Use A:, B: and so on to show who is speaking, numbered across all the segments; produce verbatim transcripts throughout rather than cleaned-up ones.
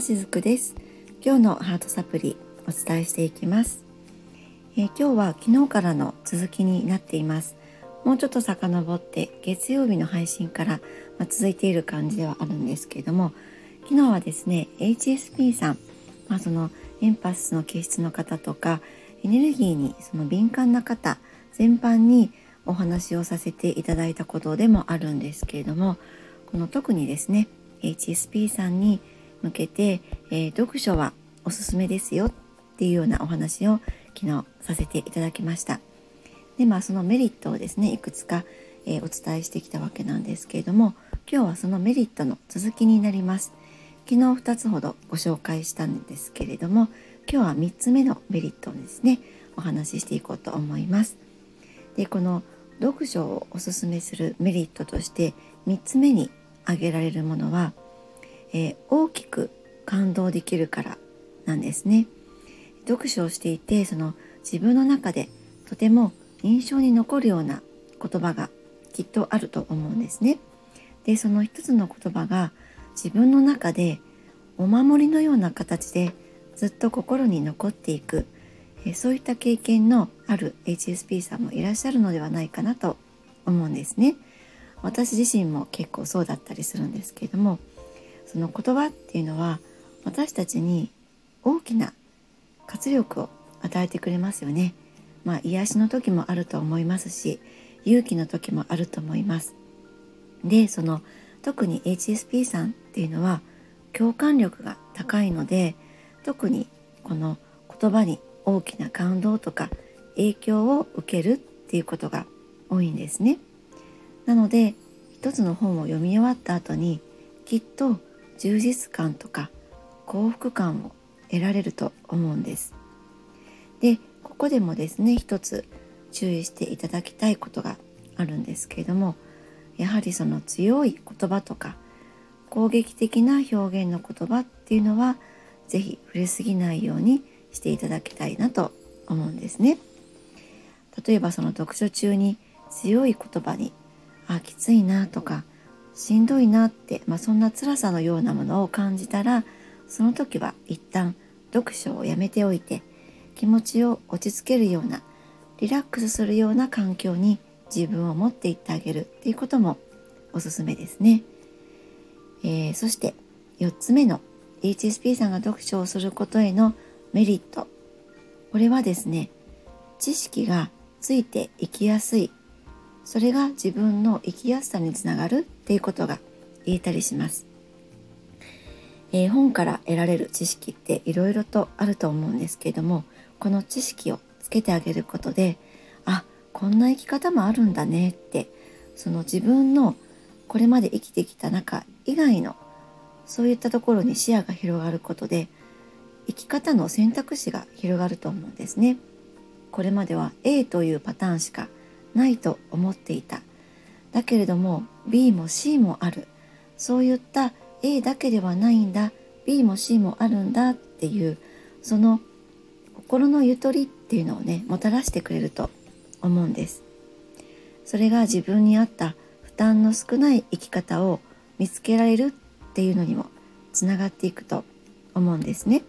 A: しずくです。今日のハートサプリお伝えしていきます。えー、今日は昨日からの続きになっています。もうちょっと遡って月曜日の配信から、まあ、続いている感じではあるんですけれども、昨日はですね エイチエスピー さん、まあ、そのエンパスの気質の方とかエネルギーにその敏感な方全般にお話をさせていただいたことでもあるんですけれども、この特にですね エイチエスピー さんに向けて、えー、読書はおすすめですよっていうようなお話を昨日させていただきました。で、まあそのメリットをですねいくつか、えー、お伝えしてきたわけなんですけれども、今日はそのメリットの続きになります。昨日ふたつほどご紹介したんですけれども、今日はみっつめのメリットをですねお話ししていこうと思います。で、この読書をおすすめするメリットとしてみっつめに挙げられるものは、えー、大きく感動できるからなんですね。読書をしていてその自分の中でとても印象に残るような言葉がきっとあると思うんですね。で、その一つの言葉が自分の中でお守りのような形でずっと心に残っていく、えー、そういった経験のある エイチエスピー さんもいらっしゃるのではないかなと思うんですね。私自身も結構そうだったりするんですけれども、その言葉っていうのは私たちに大きな活力を与えてくれますよね。まあ癒しの時もあると思いますし、勇気の時もあると思います。で、その特に エイチエスピー さんっていうのは共感力が高いので、特にこの言葉に大きな感動とか影響を受けるっていうことが多いんですね。なので一つの本を読み終わった後にきっと充実感とか幸福感を得られると思うんです。で、ここでもですね一つ注意していただきたいことがあるんですけれども、やはりその強い言葉とか攻撃的な表現の言葉っていうのはぜひ触れすぎないようにしていただきたいなと思うんですね。例えばその読書中に強い言葉にあきついなとかしんどいなって、まあ、そんな辛さのようなものを感じたら、その時は一旦読書をやめておいて、気持ちを落ち着けるようなリラックスするような環境に自分を持っていってあげるっていうこともおすすめですね。えー、そしてよっつめの エイチエスピー さんが読書をすることへのメリット、これはですね、知識がついていきやすい、それが自分の生きやすさにつながるっていうことが言えたりします。えー、本から得られる知識っていろいろとあると思うんですけれども、この知識をつけてあげることで、あ、こんな生き方もあるんだねって、その自分のこれまで生きてきた中以外のそういったところに視野が広がることで、生き方の選択肢が広がると思うんですね。これまでは エー というパターンしかないと思っていた。だけれども ビー も シー もある。そういった エー だけではないんだ。ビー も シー もあるんだっていう、その心のゆとりっていうのをね、もたらしてくれると思うんです。それが自分に合った負担の少ない生き方を見つけられるっていうのにもつながっていくと思うんですね。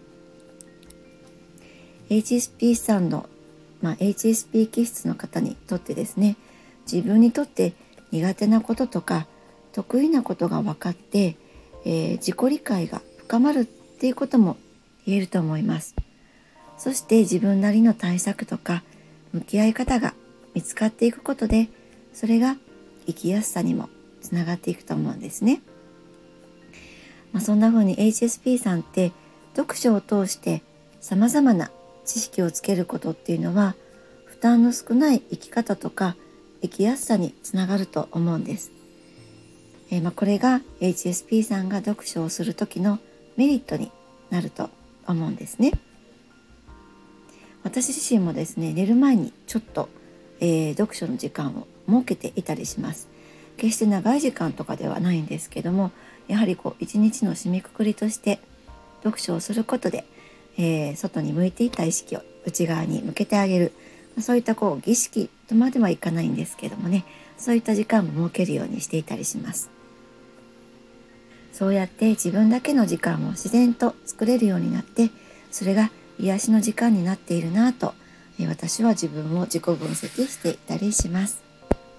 A: エイチエスピー さんのまあ、エイチエスピー 気質の方にとってですね、自分にとって苦手なこととか得意なことが分かって、えー、自己理解が深まるっていうことも言えると思います。そして自分なりの対策とか向き合い方が見つかっていくことで、それが生きやすさにもつながっていくと思うんですね。まあ、そんな風に エイチエスピー さんって読書を通して様々な知識をつけることっていうのは負担の少ない生き方とか生きやすさにつながると思うんです。えー、まあこれが エイチエスピー さんが読書をする時のメリットになると思うんですね。私自身もですね、寝る前にちょっと、えー、読書の時間を設けていたりします。決して長い時間とかではないんですけども、やはりこう一日の締めくくりとして読書をすることでえー、外に向いていた意識を内側に向けてあげる、そういったこう儀式とまではいかないんですけどもね、そういった時間も設けるようにしていたりします。 そうやって自分だけの時間を自然と作れるようになって、それが癒しの時間になっているなぁと、私は自分を自己分析していたりします。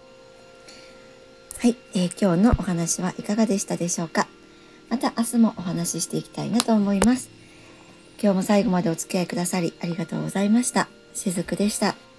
A: はい、えー、今日のお話はいかがでしたでしょうか。また明日もお話ししていきたいなと思います。今日も最後までお付き合いくださりありがとうございました。しずくでした。